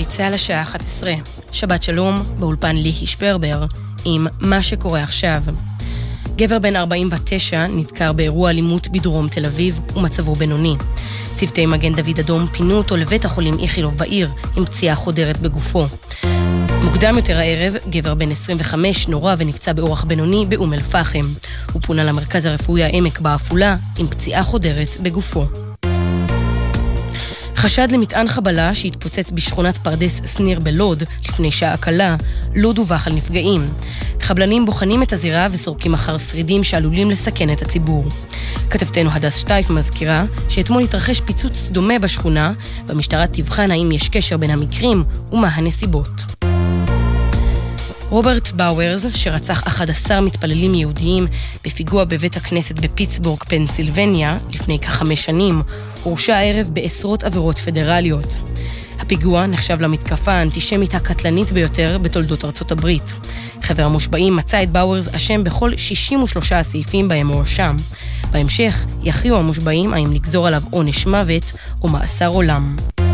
צהל השעה 11. שבת שלום, באולפן ליהי שפרבר, עם מה שקורה עכשיו. גבר בן 49 נדקר באירוע אלימות בדרום תל אביב ומצבו בינוני. צוותי מגן דוד אדום פינו אותו לבית החולים איכילוב בעיר עם פציעה חודרת בגופו. מוקדם יותר הערב, גבר בן 25 נורא ונפצע באורח בינוני באום אל פחם. הוא פונה למרכז הרפואי העמק בעפולה עם פציעה חודרת בגופו. חשד למטען חבלה שהתפוצץ בשכונת פרדס סניר בלוד לפני שעה קלה, לא דווח על נפגעים. חבלנים בוחנים את הזירה וסורקים אחר שרידים שעלולים לסכן את הציבור. כתבתנו הדס שטייף מזכירה שאתמול התרחש פיצוץ דומה בשכונה, והמשטרה תבחן האם יש קשר בין המקרים ומה הנסיבות. רוברט באוורס, שרצח 11 מתפללים יהודיים בפיגוע בבית הכנסת בפיטסבורג, פנסילבניה, לפני כ5 שנים, הורשע הערב בעשרות עבירות פדרליות. הפיגוע נחשב למתקפה האנטישמית הקטלנית ביותר בתולדות ארצות הברית. חבר המושבעים מצא את באוורס אשם בכל 63 הסעיפים בהם הואשם. בהמשך יכריעו המושבעים האם לגזור עליו עונש מוות או מאסר עולם.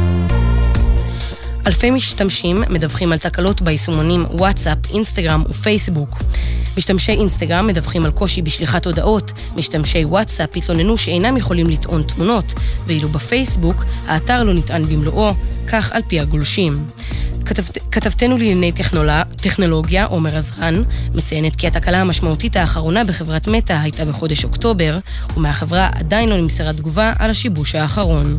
אלפי משתמשים מדווחים על תקלות ביישומונים וואטסאפ, אינסטגרם ופייסבוק. משתמשי אינסטגרם מדווחים על קושי בשליחת הודעות, משתמשי וואטסאפ התלוננו שאינם יכולים לטעון תמונות, ואילו בפייסבוק האתר לא נטען במלואו, כך על פי הגולשים. כתבתנו לענייני טכנולוגיה, עומר עזרן, מציינת כי התקלה המשמעותית האחרונה בחברת מטא הייתה בחודש אוקטובר, ומהחברה עדיין לא נמסרה תגובה על השיבוש האחרון.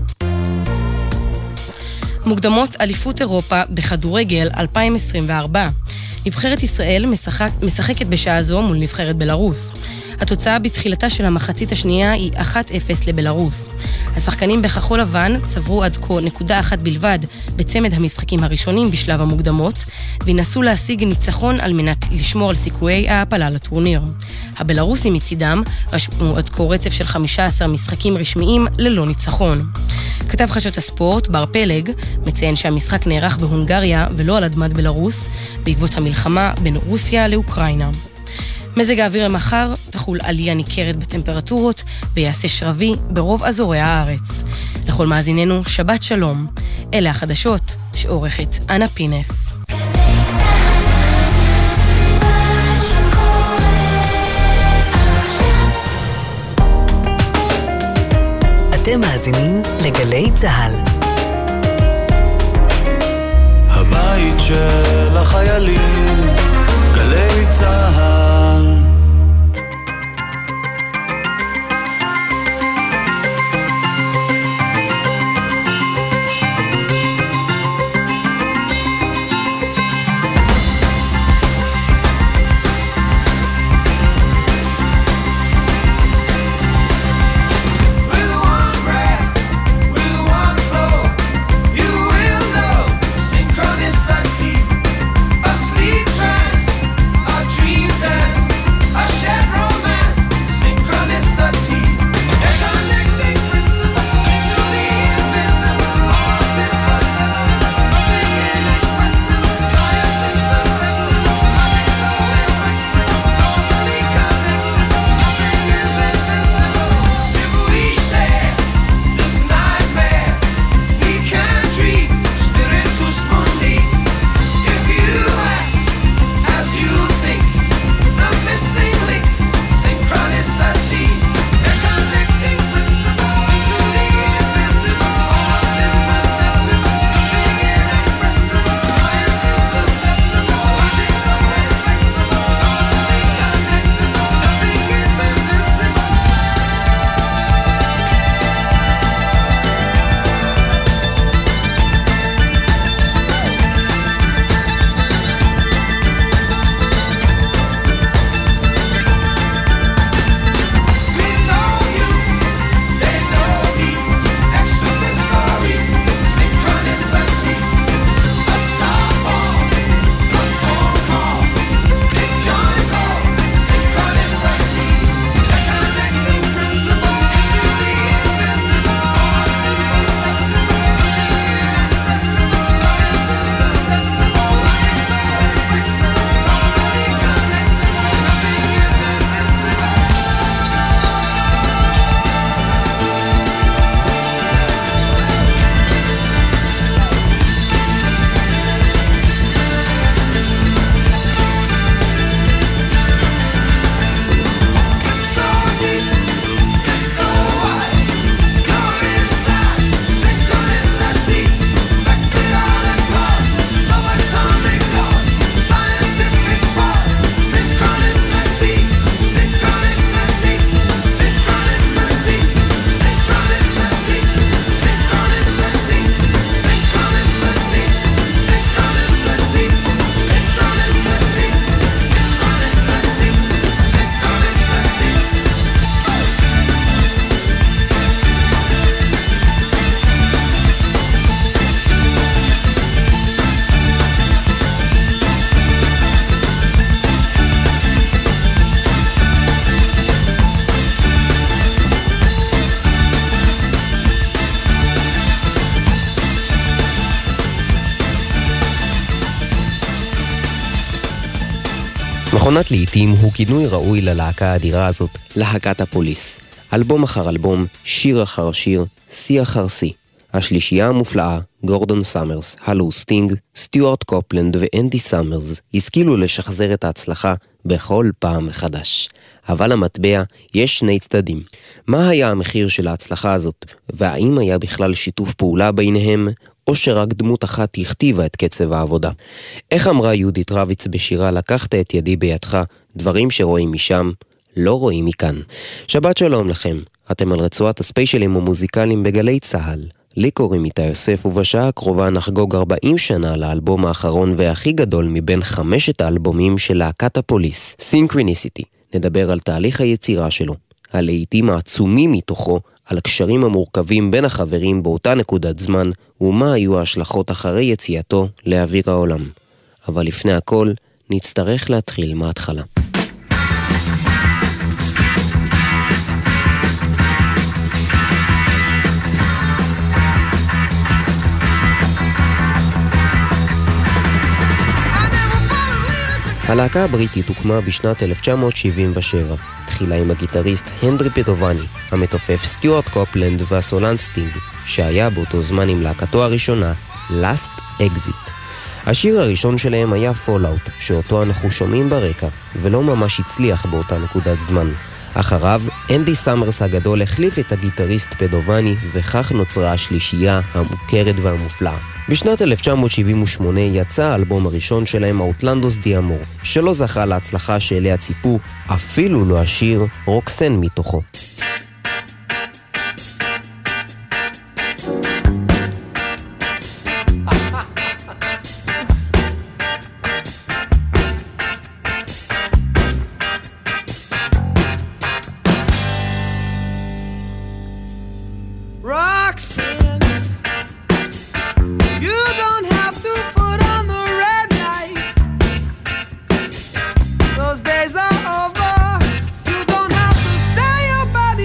מוקדמות אליפות אירופה בכדורגל 2024. נבחרת ישראל משחקת בשעה זו מול נבחרת בלרוס. התוצאה בתחילתה של המחצית השנייה היא 1-0 לבלרוס. השחקנים בכחול לבן צברו עד כה נקודה אחת בלבד בצמד המשחקים הראשונים בשלב המוקדמות, וינסו להשיג ניצחון על מנת לשמור על סיכויי ההעפלה לטורניר. הבלרוסים מצידם רשמו עד כה רצף של 15 משחקים רשמיים ללא ניצחון. כתב חדשות הספורט בר פלג מציין שהמשחק נערך בהונגריה ולא על אדמת בלרוס, בעקבות המלחמה בין רוסיה לאוקראינה. מזג האוויר למחר תחול עלייה ניכרת בטמפרטורות ויעשה שרבי ברוב אזורי הארץ. לכל מאזיננו שבת שלום. אלה החדשות שעורכת אנה פינס. אתם מאזינים לגלי צהל. הבית של החיילים, גלי צהל. Synchronicity, a sleep trance, a dream. מכונת לעיתים הוא כינוי ראוי ללהקה האדירה הזאת, להקת הפוליס. אלבום אחר אלבום, שיר אחר שיר, שיא אחר שיא. השלישייה המופלאה, גורדון סאמרס, הלו סטינג, סטיוארט קופלנד ואנדי סאמרס, השכילו לשחזר את ההצלחה בכל פעם מחדש. אבל המטבע, יש שני צדדים. מה היה המחיר של ההצלחה הזאת, והאם היה בכלל שיתוף פעולה ביניהם, או שרק דמות אחת הכתיבה את קצב העבודה? איך אמרה יהודית רביץ בשירה לקחת את ידי בידך, דברים שרואים משם, לא רואים מכאן. שבת שלום לכם, אתם על רצועת הספיישלים המוזיקליים בגלי צהל. לי קוראים איתי יוסף, ובשעה הקרובה נחגוג 40 שנה לאלבום האחרון והכי גדול מבין 5 האלבומים של להקת הפוליס, סינקרוניסיטי. נדבר על תהליך היצירה שלו, על לעיתים העצומים מתוכו, על הקשרים המורכבים בין החברים באותה נקודת זמן, ומה היו ההשלכות אחרי יציאתו לאוויר העולם. אבל לפני הכל, נצטרך להתחיל מההתחלה. הלהקה הבריטית הוקמה בשנת 1977, תחילה עם הגיטריסט הנדרי פדובני, המתופף סטיוארט קופלנד והסולן סטינג, שהיה באותו זמן עם להקתו הראשונה, Last Exit. השיר הראשון שלהם היה Fallout, שאותו אנחנו שומעים ברקע, ולא ממש הצליח באותה נקודת זמן. אחריו, אנדי סאמרס הגדול החליף את הגיטריסט פדובני, וכך נוצרה השלישייה המוכרת והמופלאה. בשנת 1978 יצא האלבום הראשון שלהם, אוטלנדוס די אמור, שלא זכה להצלחה שאליה ציפו, אפילו לא השיר רוקסן מתוכו. Those days are over. You don't have to say your bad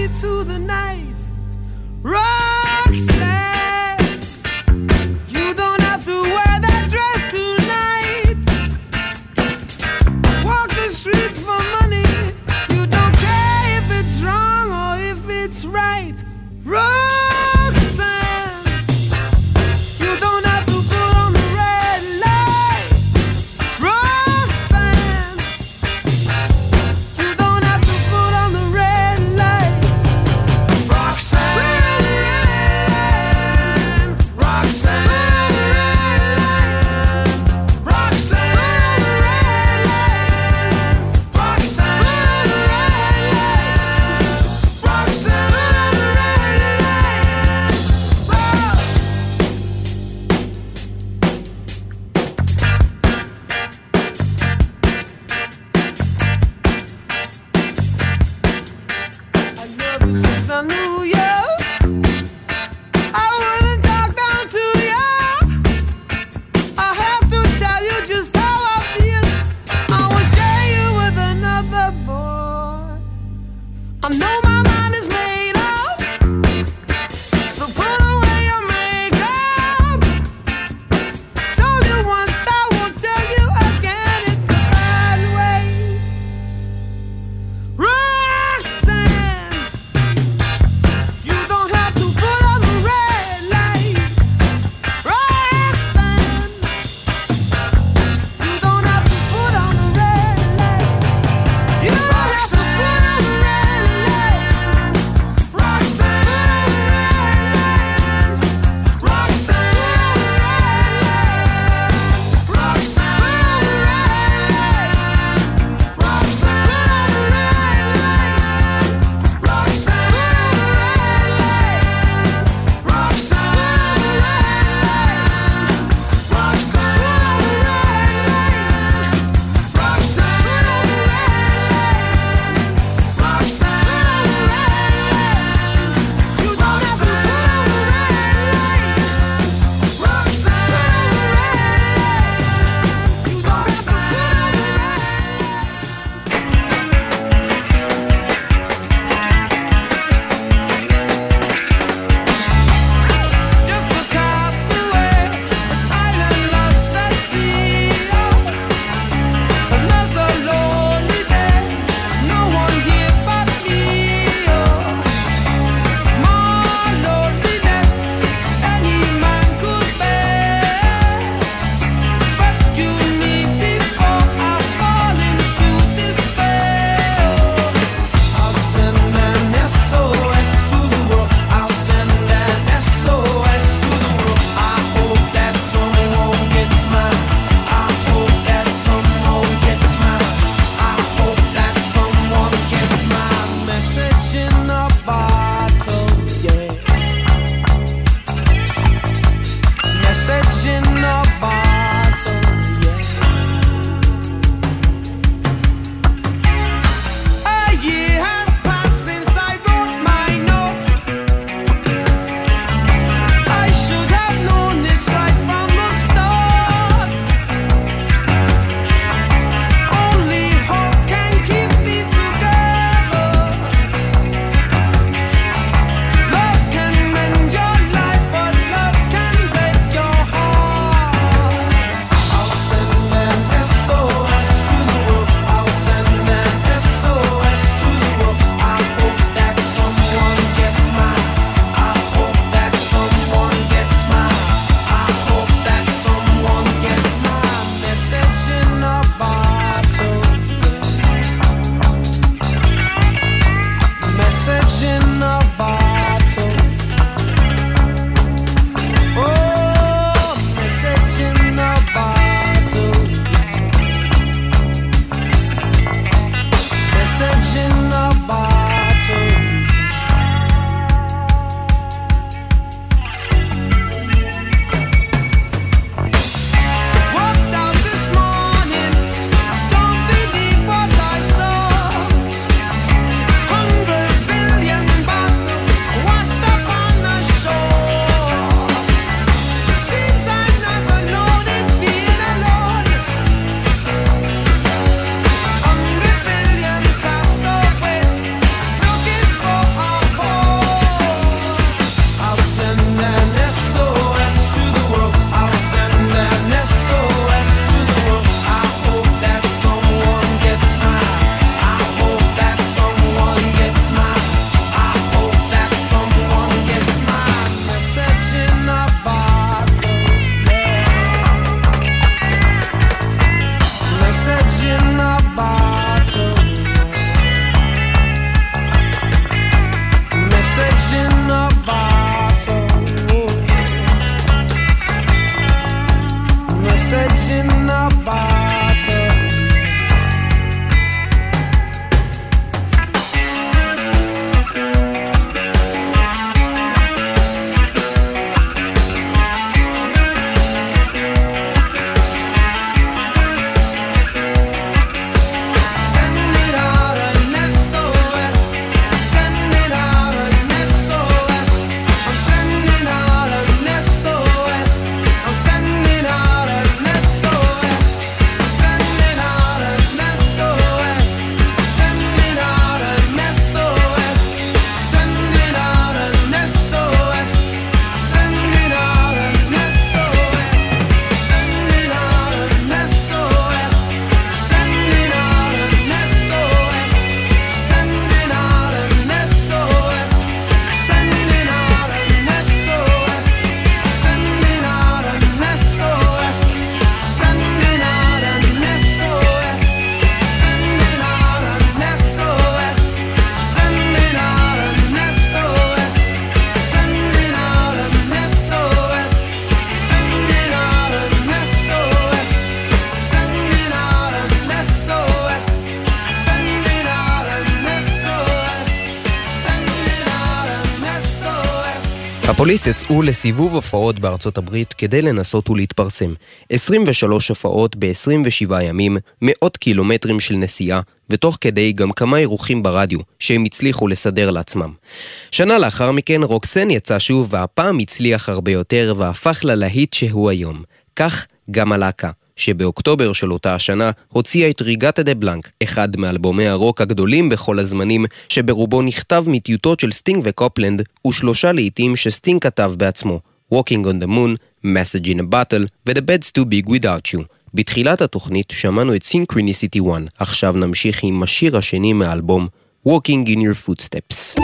הפוליס יצאו לסיבוב הופעות בארצות הברית כדי לנסות ולהתפרסם. 23 הופעות ב-27 ימים, מאות קילומטרים של נסיעה, ותוך כדי גם כמה אירוחים ברדיו שהם הצליחו לסדר לעצמם. שנה לאחר מכן רוקסן יצא שוב, והפעם הצליח הרבה יותר והפך ללהיט שהוא היום. כך גם הלהקה, שבאוקטובר של אותה השנה הוציאה את ריגטה דה בלנק, אחד מאלבומי הרוק הגדולים בכל הזמנים, שברובו נכתב מטיוטות של סטינג וקופלנד, ושלושה לעיתים שסטינג כתב בעצמו, Walking on the Moon, Message in a Bottle ו-The Bed's Too Big Without You. בתחילת התוכנית שמענו את Synchronicity 1, עכשיו נמשיך עם השיר השני מהאלבום, Walking in Your Footsteps.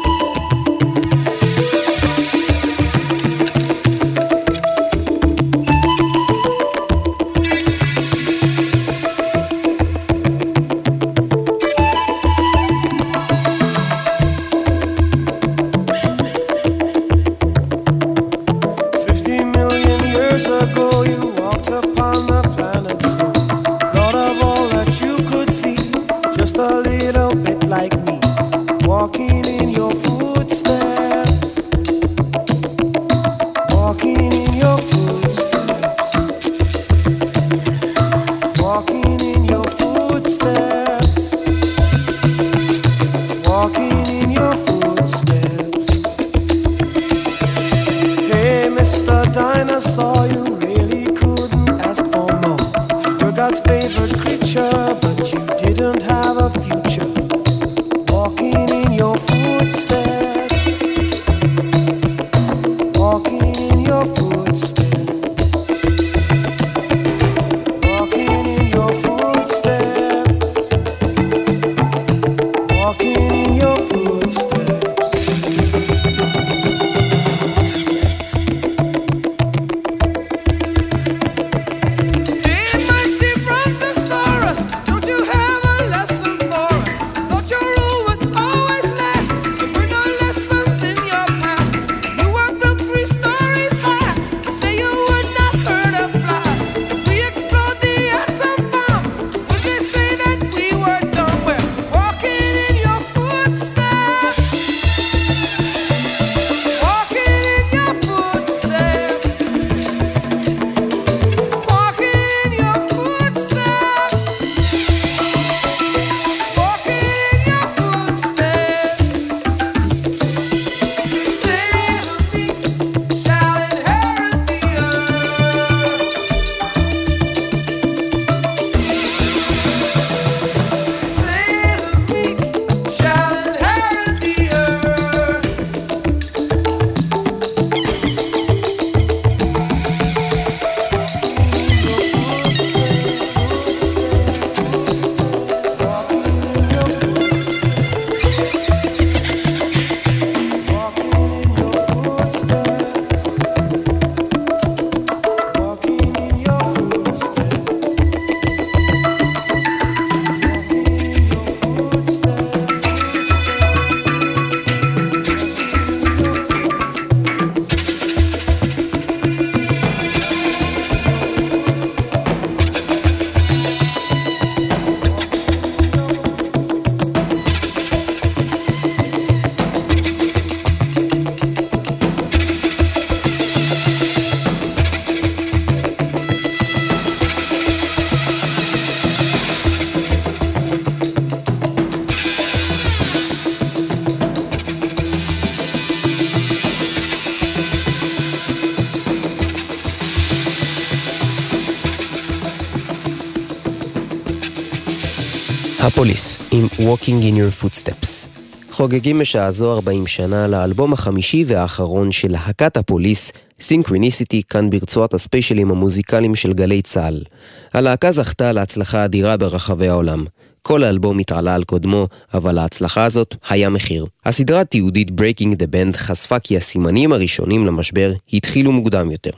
הפוליס עם Walking in Your Footsteps. חוגגים בשעה זו 40 שנה לאלבום החמישי והאחרון של להקת הפוליס, Synchronicity, כאן ברצועת הספיישלים המוזיקליים של גלי צהל. הלהקה זכתה להצלחה אדירה ברחבי העולם. כל האלבום התעלה על קודמו, אבל ההצלחה הזאת היה מחיר. הסדרה התיעודית Breaking the Band חשפה כי הסימנים הראשונים למשבר התחילו מוקדם יותר.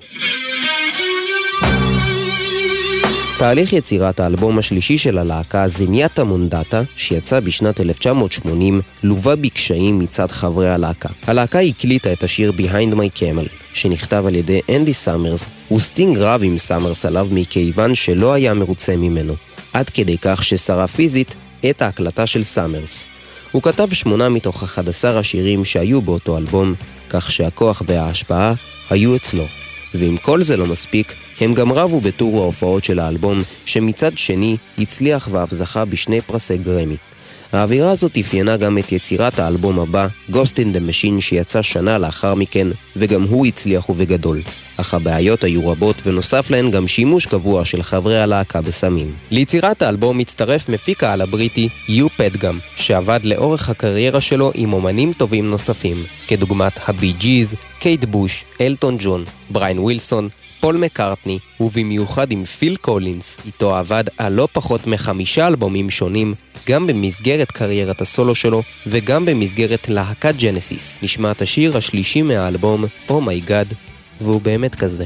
תהליך יצירת האלבום השלישי של הלהקה, זניאטה מונדטה, שיצא בשנת 1980, לווה בקשיים מצד חברי הלהקה. הלהקה הקליטה את השיר Behind My Camel, שנכתב על ידי אנדי סאמרס, וסטינג רב עם סאמרס עליו מכיוון שלא היה מרוצה ממנו, עד כדי כך ששרה פיזית את ההקלטה של סאמרס. הוא כתב 8 מתוך 11 השירים שהיו באותו אלבום, כך שהכוח וההשפעה היו אצלו. ואם כל זה לא מספיק, הם גם רבו בטור ההופעות של האלבום, שמצד שני הצליח ואף זכה בשני פרסי גרמי. האווירה הזאת אפיינה גם את יצירת האלבום הבא, Ghost in the Machine, שיצא שנה לאחר מכן, וגם הוא הצליח ובגדול. אך הבעיות היו רבות, ונוסף להן גם שימוש קבוע של חברי הלהקה בסמים. ליצירת האלבום מצטרף מפיק העל הבריטי יו פדגם, שעבד לאורך הקריירה שלו עם אומנים טובים נוספים, כדוגמת הבי ג'יז, קייט בוש, אלטון ג'ון, בריין ווילסון, פול מקארטני, ובמיוחד עם פיל קולינס, איתו עבד על לא פחות מ5 אלבומים שונים, גם במסגרת קריירת הסולו שלו, וגם במסגרת להקת ג'נסיס. נשמע את השיר השלישי מהאלבום, Oh My God, והוא באמת כזה.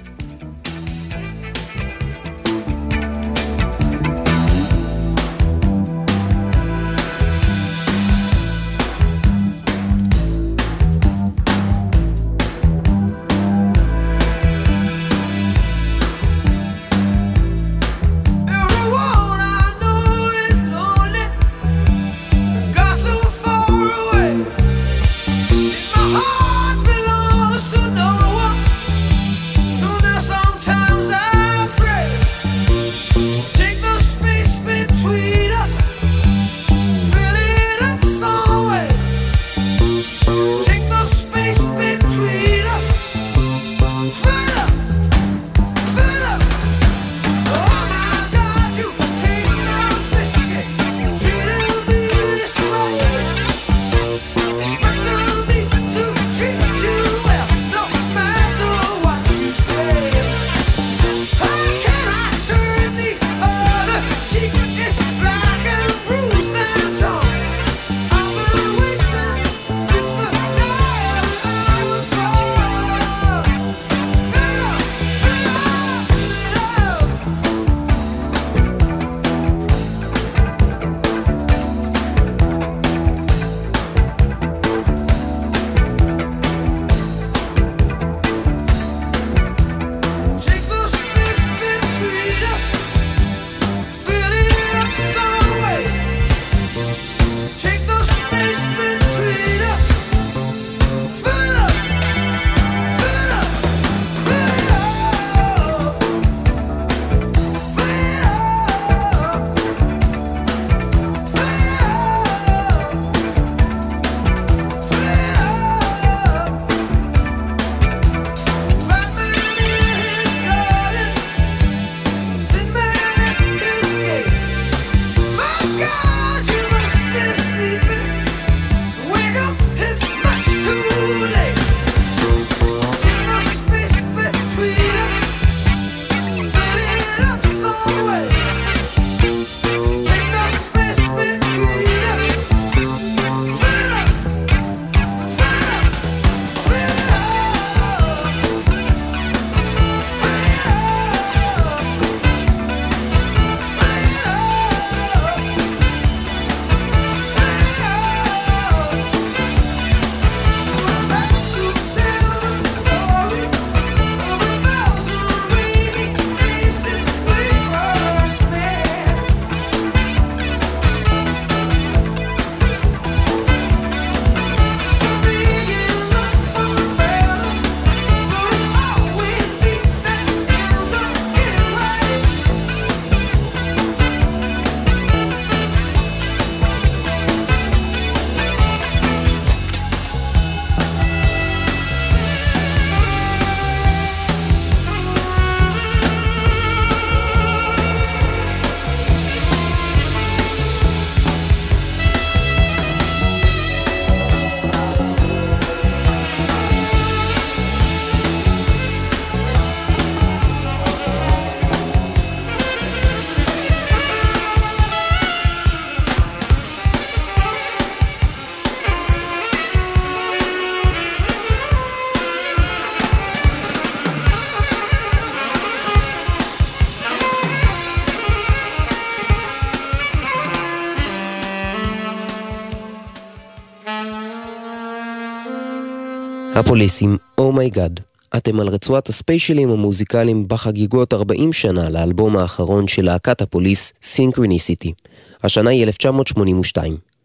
הפוליס עם Oh My God. אתם על רצועת הספיישלים המוזיקליים בחגיגות 40 שנה לאלבום האחרון של להקת הפוליס, Synchronicity. השנה היא 1982.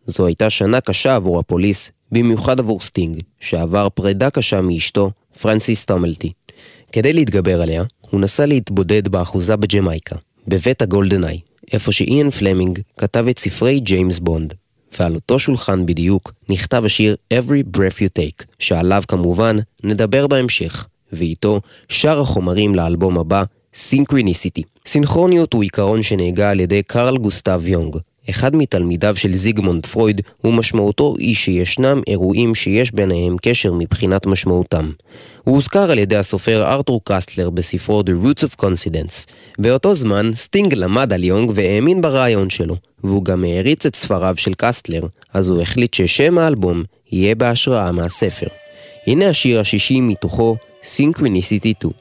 זו הייתה שנה קשה עבור הפוליס, במיוחד עבור סטינג, שעבר פרידה קשה מאשתו, פרנסיס טומלטי. כדי להתגבר עליה, הוא נסע להתבודד באחוזה בג'מייקה, בבית הגולדן-איי, איפה שאיאן פלמינג כתב את ספרי ג'יימס בונד. ועל אותו שולחן בדיוק נכתב השיר Every Breath You Take, שעליו כמובן נדבר בהמשך, ואיתו שאר החומרים לאלבום הבא, Synchronicity. סינכרוניות הוא עיקרון שנהגה על ידי קרל גוסטב יונג, אחד מתלמידיו של זיגמונד פרויד, ומשמעותו היא שישנם אירועים שיש ביניהם קשר מבחינת משמעותם. הוא הוזכר על ידי הסופר ארתור קסטלר בספרו The Roots of Coincidence. באותו זמן סטינג למד על יונג והאמין ברעיון שלו, והוא גם העריץ את ספריו של קסטלר, אז הוא החליט ששם האלבום יהיה בהשראה מהספר. הנה השיר השישי מתוכו, Synchronicity 2.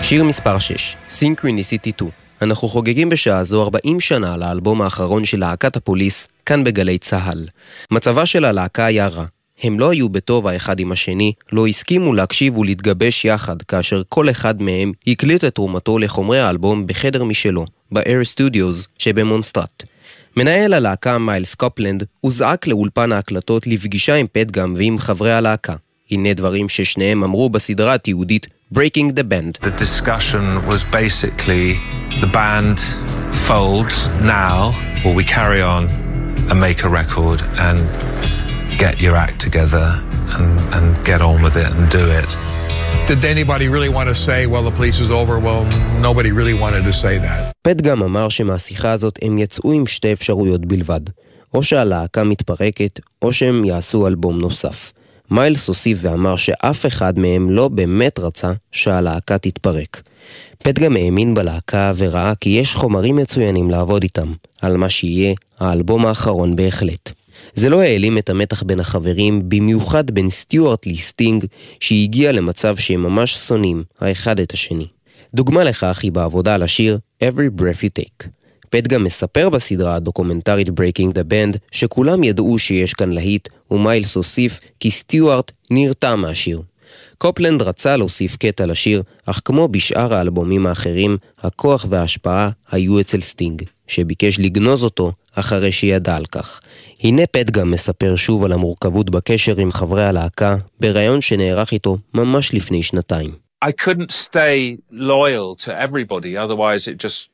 שיר מספר 6, Synchronicity 2. אנחנו חוגגים בשעה זו 40 שנה לאלבום האחרון של להקת הפוליס, כאן בגלי צהל. מצבה של הלהקה היה רע. הם לא היו בטוב האחד עם השני, לא הסכימו להקשיב ולהתגבש יחד, כאשר כל אחד מהם הקליט את תרומתו לחומרי האלבום בחדר משלו, ב-Air Studios שבמונסטרט. מנהל הלהקה מיילס קופלנד הוזעק לאולפן ההקלטות לפגישה עם פטגם ועם חברי הלהקה. הנה דברים ששניהם אמרו בסדרה התיעודית Breaking the Band. The discussion was basically the band folds now or we carry on and make a record and get your act together and get on with it and do it. Did anybody really want to say, well, the police is over? Well, nobody really wanted to say that. פטגם אמר שמהשיחה הזאת הם יצאו עם שתי אפשרויות בלבד. או שהלהקה מתפרקת, או שהם יעשו אלבום נוסף. מיילס הוסיף ואמר שאף אחד מהם לא באמת רצה שהלהקה תתפרק. פטגם האמין בלהקה וראה כי יש חומרים מצוינים לעבוד איתם, על מה שיהיה האלבום האחרון בהחלט. זה לא העלים את המתח בין החברים, במיוחד בין סטיוארט לסטינג, שהגיע למצב שהם ממש שונאים האחד את השני. דוגמה לכך היא בעבודה על השיר Every Breath You Take. פטגם מספר בסדרה הדוקומנטרית Breaking the Band שכולם ידעו שיש כאן להיט, ומיילס הוסיף כי סטיוארט נרתע מהשיר. קופלנד רצה להוסיף קטע לשיר, אך כמו בשאר האלבומים האחרים, הכוח וההשפעה היו אצל סטינג, שביקש לגנוז אותו אחרי שידע על כך. הנה פטגם מספר שוב על המורכבות בקשר עם חברי הלהקה, בראיון שנערך איתו ממש לפני שנתיים. I couldn't stay loyal to everybody, otherwise it just,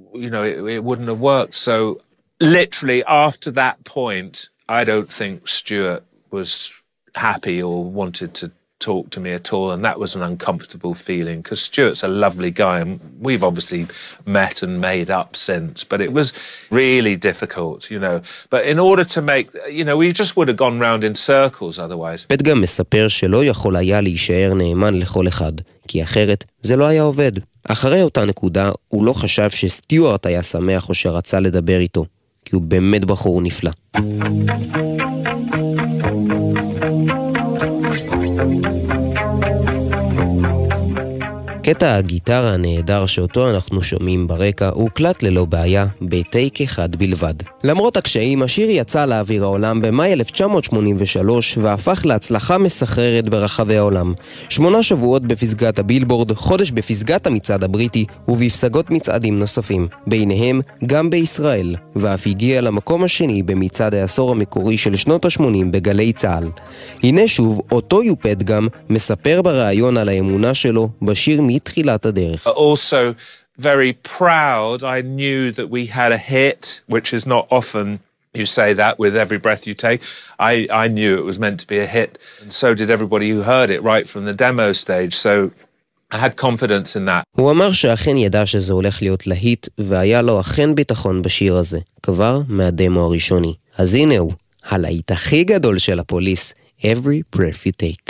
it wouldn't have worked. So literally after that point, I don't think Stuart was happy or wanted to talk to me at all, and that was an uncomfortable feeling because Stuart's a lovely guy and we've obviously met and made up since, but it was really difficult, but in order to make, we just would have gone round in circles otherwise. פטגם מספר שלא יכול היה להישאר נאמן לכל אחד, כי אחרת זה לא היה עובד. אחרי אותה נקודה הוא לא חשב שסטיוארט היה שמח או שרצה לדבר איתו, כי הוא באמת בחור נפלא. קטע הגיטרה הנהדר שאותו אנחנו שומעים ברקע הוקלט ללא בעיה בטייק אחד בלבד. למרות הקשיים, השיר יצא לאוויר העולם במאי 1983 והפך להצלחה מסחררת ברחבי העולם. 8 שבועות בפסגת הבילבורד, חודש בפסגת המצעד הבריטי ובפסגות מצעדים נוספים, ביניהם גם בישראל, ואף הגיע למקום השני במצעד העשור המקורי של שנות ה-80 בגלי צהל. הנה שוב אותו פטגם מספר בראיון על האמונה שלו בשיר מתחילת הדרך. Also very proud. I knew that we had a hit, which is not often you say that with Every Breath You Take. I knew it was meant to be a hit, and so did everybody who heard it right from the demo stage. So I had confidence in that. הוא אמר שאכן ידע שזה הולך להיות להיט, והיה לו אכן ביטחון בשיר הזה, כבר מהדמו הראשוני. אז הנה הוא, הלהיט הכי גדול של הפוליס, Every Breath You Take.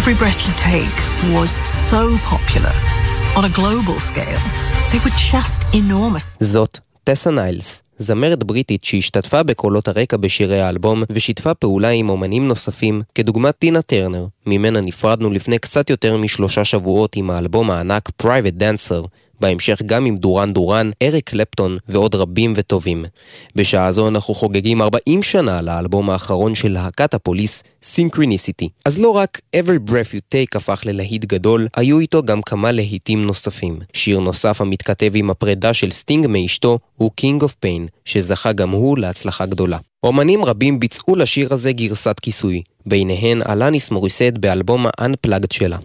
Every Breath You Take was so popular on a global scale. They were just enormous. זאת טסה ניילס, זמרת בריטית שהשתתפה בקולות הרקע בשירי האלבום ושיתפה פעולה עם אומנים נוספים כדוגמת טינה טרנר, ממנה נפרדנו לפני קצת יותר מ3 שבועות עם האלבום הענק Private Dancer, בהמשך גם עם דורן דורן, אריק קלפטון ועוד רבים וטובים. בשעה זו אנחנו חוגגים 40 שנה לאלבום האחרון של להקת הפוליס, Synchronicity. אז לא רק Every Breath You Take הפך ללהיט גדול, היו איתו גם כמה להיטים נוספים. שיר נוסף המתכתב עם הפרידה של סטינג מאשתו הוא King of Pain, שזכה גם הוא להצלחה גדולה. אומנים רבים ביצעו לשיר הזה גרסת כיסוי, ביניהן אלניס מוריסט באלבום ה-Unplugged שלה.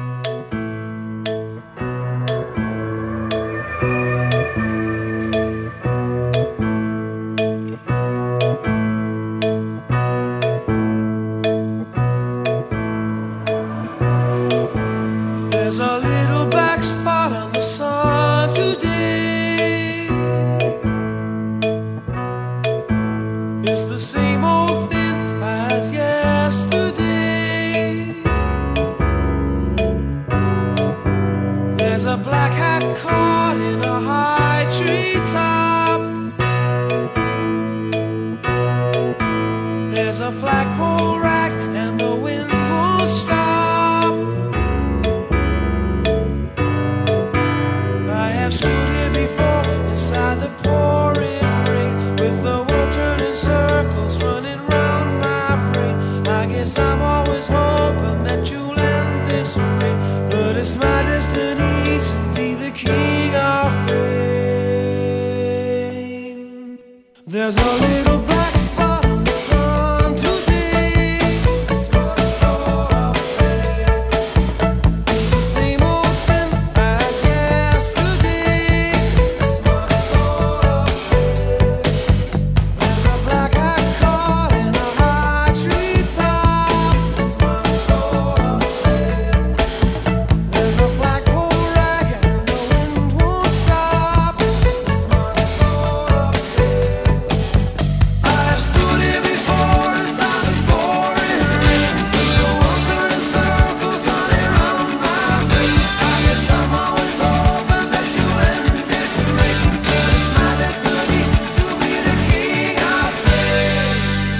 There's a little black spot on the sun today. It's got a soul of pain. It's the same old thing as yesterday. It's my soul of pain. There's a black hat caught in a high treetop. It's my soul of pain. There's a flagpole rag and the wind won't stop. It's my soul of pain. I stood here before inside the pouring rain, with the world turning circles running round my brain. I guess I'm always hoping that you'll end this rain, but it's my destiny to be the king of pain.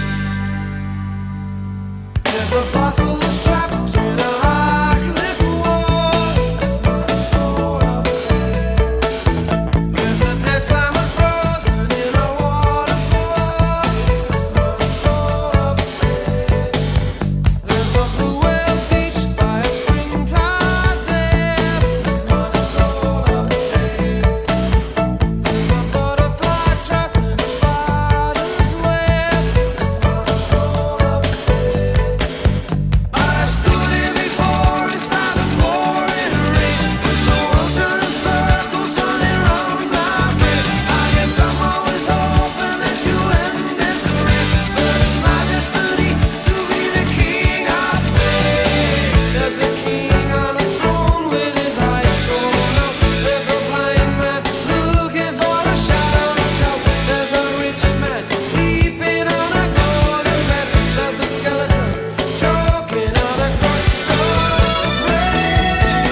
There's a fossil that's trapped in a high cliff wall. It's my soul of pain. There's a dead salmon frozen in a waterfall. It's my soul of pain. There's a blue whale beach by a springtide dam. It's my soul of pain. There's a butterfly trapped in a spider's web. It's my soul of pain. I stood here before inside the pouring rain, with the world turning circles running round my brain. I guess I'm always hoping that you'll end this rain, but it's my destiny to be the king of pain. There's a king on a throne with his eyes torn out. There's a blind man looking for a shadow of doubt. There's a rich man sleeping on a golden bed. There's a skeleton choking on a crust of bread.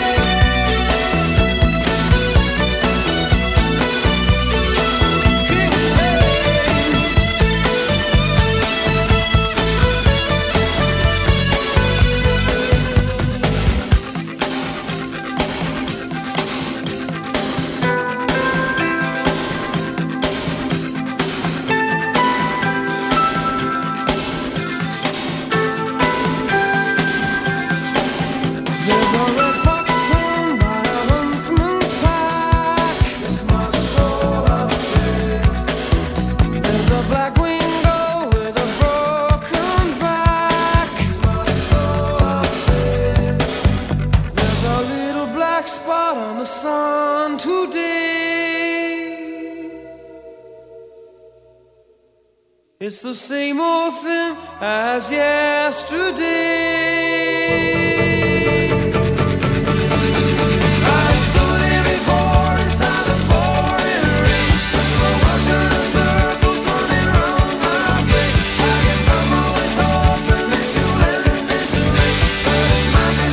King of pain. There's a red fox torn by a huntsman's pack. It's my soul of pain. There's a black-winged gull with a broken back. It's my soul of pain. There's a little black spot on the sun today. It's the same old thing as yesterday. I stood here before inside the pouring rain, with the world turning circles running round my brain. I guess I'm always hoping that you'll end this rain, but it's my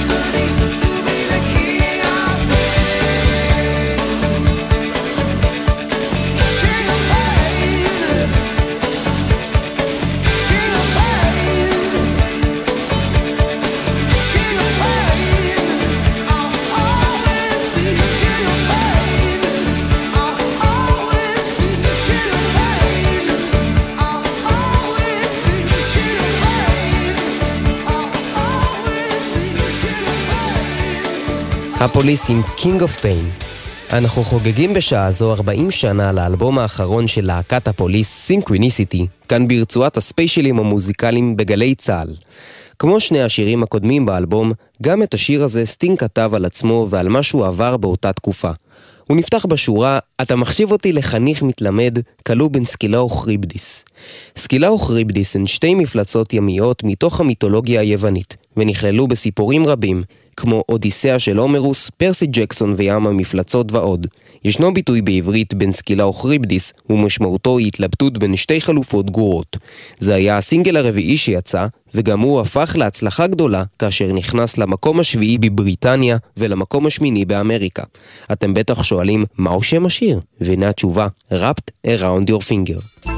הפוליס עם King of Pain. אנחנו חוגגים בשעה זו 40 שנה לאלבום האחרון של להקת הפוליס, Synchronicity, כאן ברצועת הספיישלים המוזיקליים בגלי צהל. כמו שני השירים הקודמים באלבום, גם את השיר הזה סטינג כתב על עצמו ועל מה שהוא עבר באותה תקופה. הוא נפתח בשורה, אתה מחשיב אותי לחניך מתלמד, כלוא בין סקילה וכריבדיס. סקילה וכריבדיס הן שתי מפלצות ימיות מתוך המיתולוגיה היוונית, ונכללו בסיפורים רבים, כמו אודיסאה של הומרוס, פרסי ג'קסון וים המפלצות ועוד. ישנו ביטוי בעברית בין סקילה וכריבדיס, ומשמעותו היא התלבטות בין שתי חלופות גרועות. זה היה הסינגל הרביעי שיצא, וגם הוא הפך להצלחה גדולה כאשר נכנס למקום השביעי בבריטניה ולמקום השמיני באמריקה. אתם בטח שואלים, מהו שם השיר? והנה התשובה, Wrapped Around Your Finger.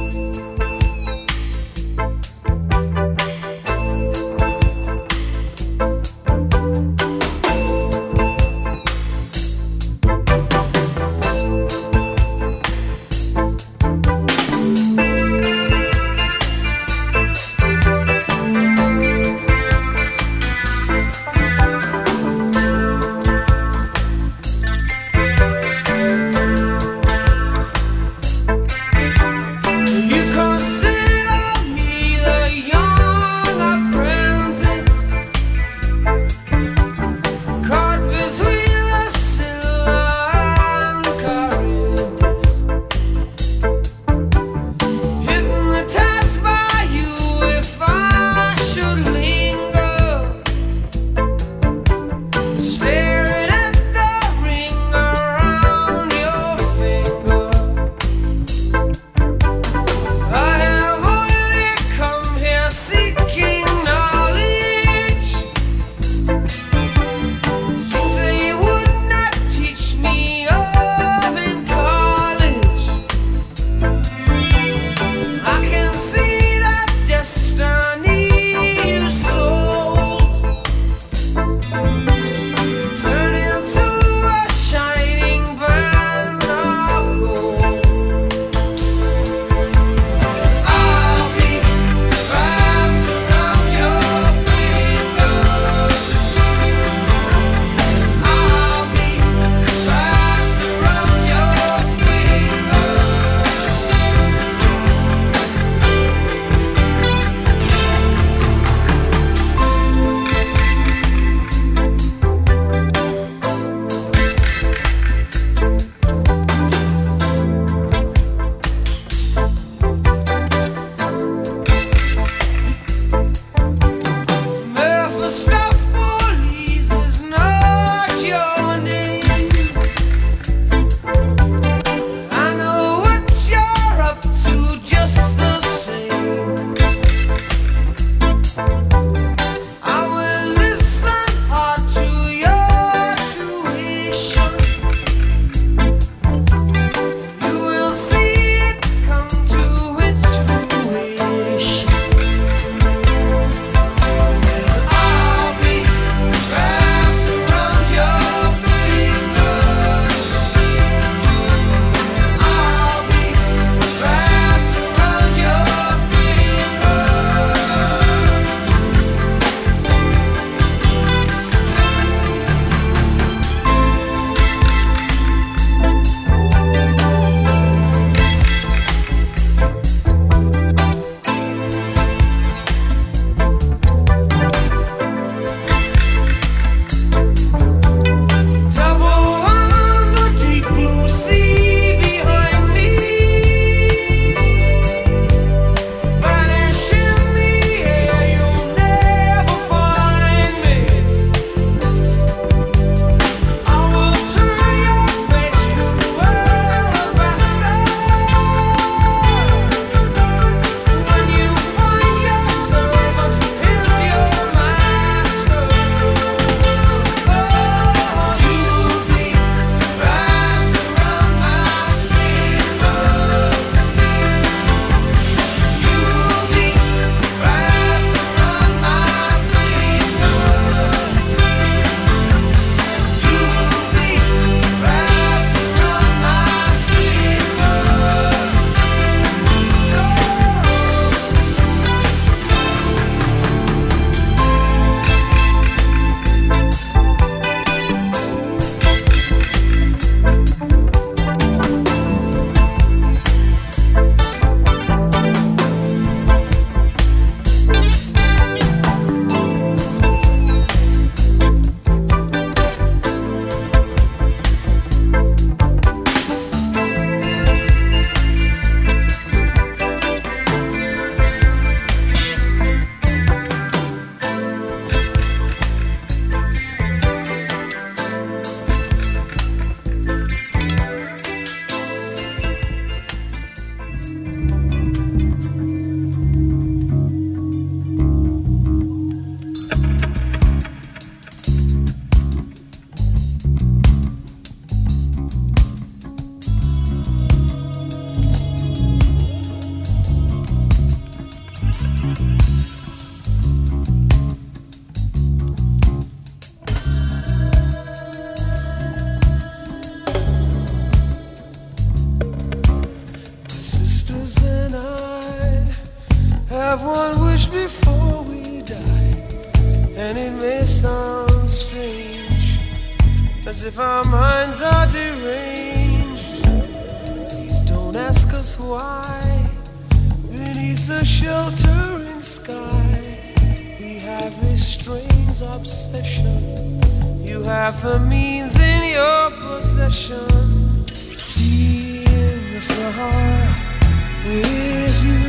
Have one wish before we die, and it may sound strange, as if our minds are deranged. Please don't ask us why. Beneath the sheltering sky, we have this strange obsession. You have the means in your possession. Tea in the Sahara with you.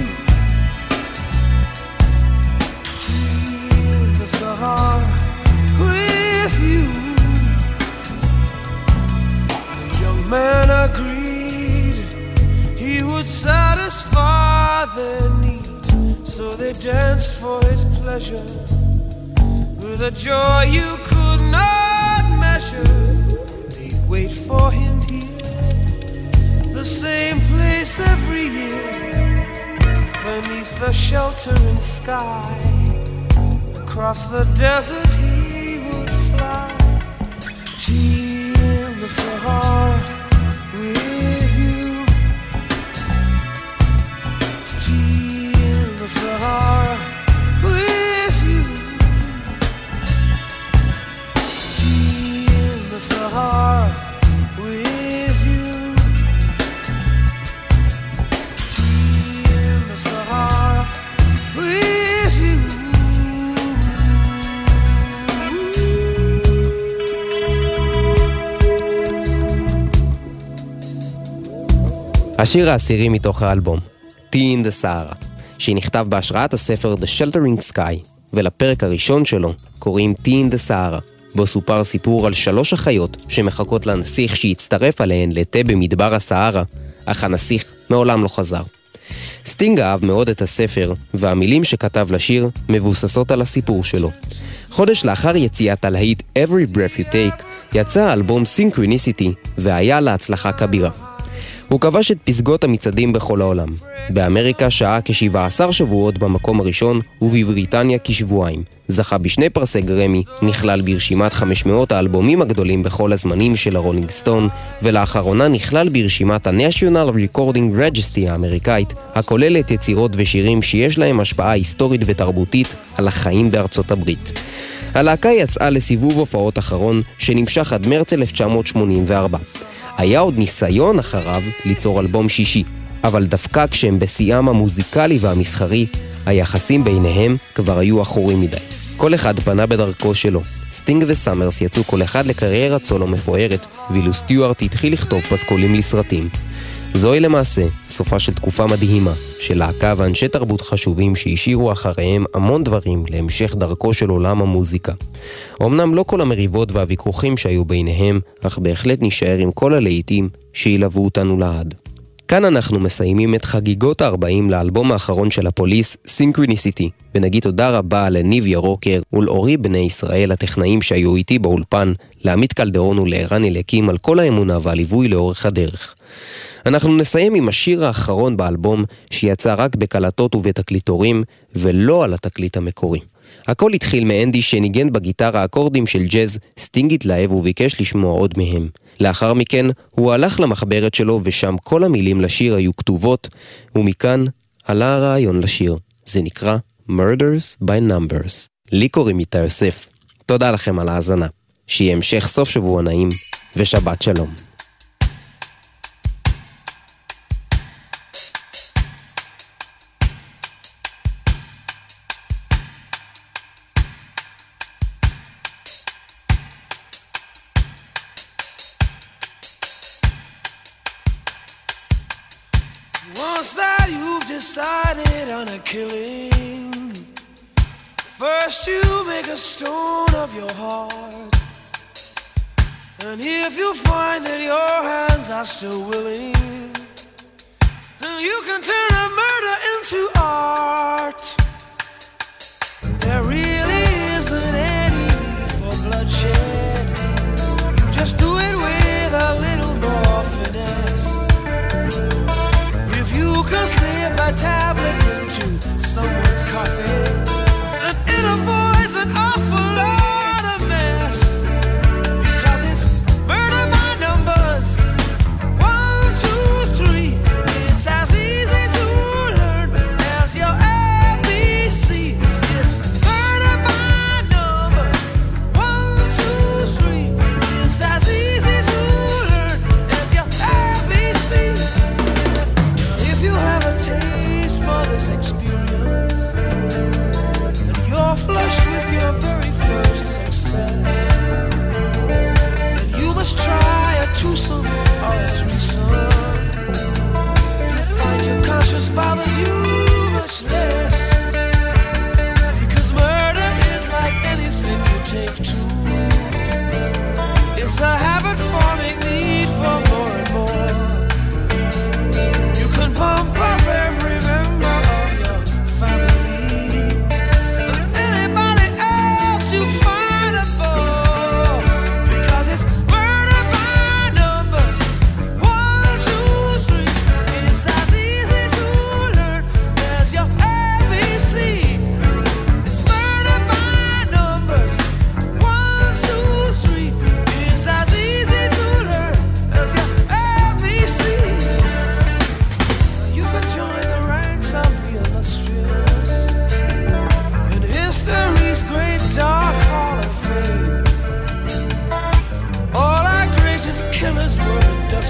Sahara with you. The young man agreed he would satisfy their need, so they danced for his pleasure with a joy you could not measure. They'd wait for him here, the same place every year, beneath the sheltering sky. Across the desert he would fly. Tea in the Sahara with you. Tea in the Sahara with you. Tea in the Sahara with you. Tea in the Sahara with you. השיר העשירי מתוך האלבום, Tea in the Sahara, שנכתב בהשראת הספר The Sheltering Sky, ולפרק הראשון שלו קוראים Tea in the Sahara, בו סופר סיפור על 3 אחיות שמחכות לנסיך שהצטרף עליהן לתה במדבר הסהרה, אך הנסיך מעולם לא חזר. סטינג אהב מאוד את הספר, והמילים שכתב לשיר מבוססות על הסיפור שלו. חודש לאחר יציאת הלהיט Every Breath You Take, יצא האלבום Synchronicity, והיה להצלחה כבירה. הוא כבש את פסגות המצעדים בכל העולם. באמריקה שעה כ17 שבועות במקום הראשון, ובבריטניה כשבועיים. זכה ב2 פרסי גרמי, נכלל ברשימת 500 האלבומים הגדולים בכל הזמנים של הרולינג סטון, ולאחרונה נכלל ברשימת ה-National Recording Registry האמריקאית, הכוללת יצירות ושירים שיש להם השפעה היסטורית ותרבותית על החיים בארצות הברית. הלהקה יצאה לסיבוב הופעות אחרון, שנמשך עד מרץ 1984. היה עוד ניסיון אחריו ליצור אלבום שישי, אבל דווקא כשהם בשיאם המוזיקלי והמסחרי, היחסים ביניהם כבר היו אחורים מדי. כל אחד פנה בדרכו שלו. סטינג וסאמרס יצאו כל אחד לקריירת סולו מפוארת, ואילו סטיוארט התחיל לכתוב פסקולים לסרטים. זוהי למעשה סופה של תקופה מדהימה, של להקה ואנשי תרבות חשובים שהשאירו אחריהם המון דברים להמשך דרכו של עולם המוזיקה. אמנם לא כל המריבות והוויכוחים שהיו ביניהם, אך בהחלט נשאר עם כל הלהיטים שילוו אותנו לעד. כאן אנחנו מסיימים את חגיגות ה-40 לאלבום האחרון של הפוליס, Synchronicity, ונגיד תודה רבה לניב ירוקר ולאורי בני ישראל, הטכנאים שהיו איתי באולפן, לעמית קלדרון ולערן אלקים על כל האמונה והליווי לאורך הדרך. אנחנו נסיים עם השיר האחרון באלבום, שיצא רק בקלטות ובתקליטורים, ולא על התקליט המקורי. הכל התחיל מאנדי שניגן בגיטרה אקורדים של ג'אז, סטינג התלהב וביקש לשמוע עוד מהם. לאחר מכן הוא הלך למחברת שלו ושם כל המילים לשיר היו כתובות, ומכאן עלה הרעיון לשיר. זה נקרא Murders by Numbers. לי קוראים איתי יוסף. תודה לכם על ההאזנה. שיהיה המשך סוף שבוע נעים ושבת שלום. Once that you've decided on a killing, first you make a stone of your heart. And if you find that your hands are still willing, then you can turn a murder into art. There really isn't any need for bloodshed. Just do it with a little more finesse. If you can slip a tablet into someone's coffee,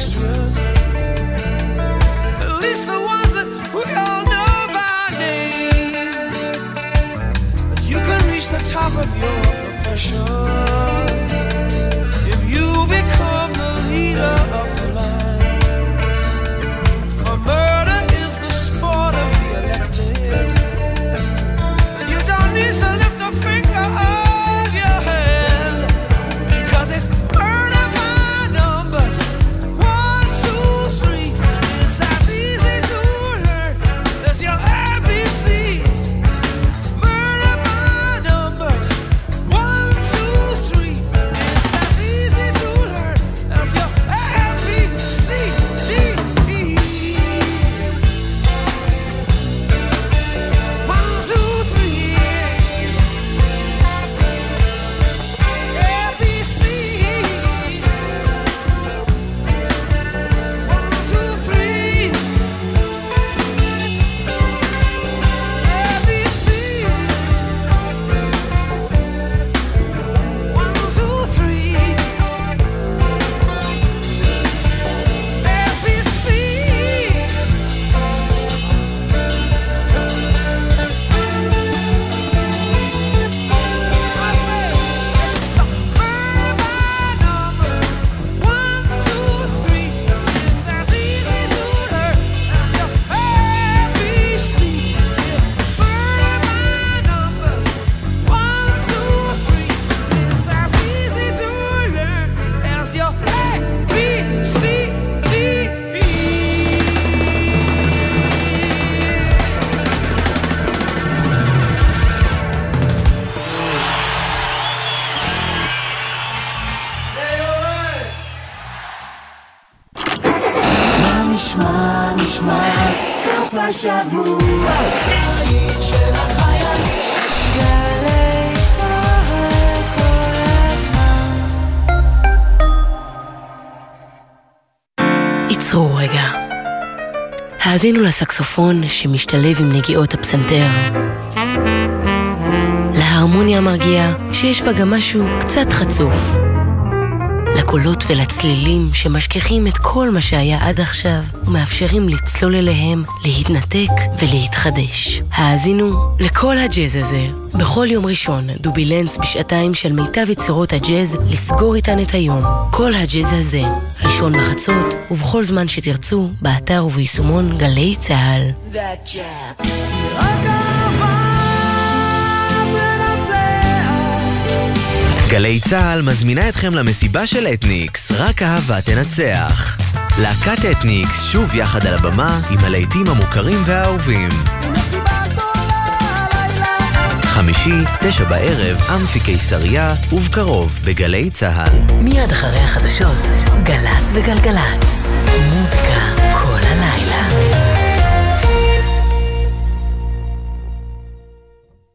extras, at least the ones that we all know by name. But you can reach the top of your profession if you become the leader of the line. For murder is the sport of the elected, and you don't need to lift a finger of your hand, because it's murder by numbers. 1, 2, 3. It's as easy to learn as your ABC. Murder by numbers. 1, 2, 3. It's as easy to learn as your ABC. D, E. 1, 2, 3. ABC. 1, 2, 3. ABC. 1, 2, 3. סוף השבוע, הבית של החיילים. גלי צהל כל הזמן. עצרו רגע. האזינו לסקסופון שמשתלב עם נגיעות הפסנתר. להרמוניה המרגיעה שיש בה גם משהו קצת חצוף. לקולות ולצלילים שמשכיחים את כל מה שהיה עד עכשיו ומאפשרים לצלול אליהם, להתנתק ולהתחדש. האזינו לכל הג'אז הזה. בכל יום ראשון דובילנס בשעתיים של מיטב יצירות הג'אז לסגור איתן את היום. כל הג'אז הזה, ראשון בחצות ובכל זמן שתרצו, באתר וביישומון גלי צהל. That jazz. רק אהבה ונצח. גלי צהל מזמינה אתכם למסיבה של אתניקס, רק אהבה תנצח. להקת אתניקס שוב יחד על הבמה עם הלהיטים המוכרים והאהובים. מסיבה גדולה הלילה. חמישי, 9 בערב, אמפי קיסריה, ובקרוב בגלי צהל. מיד אחרי החדשות, גלץ וגלגלץ. מוזיקה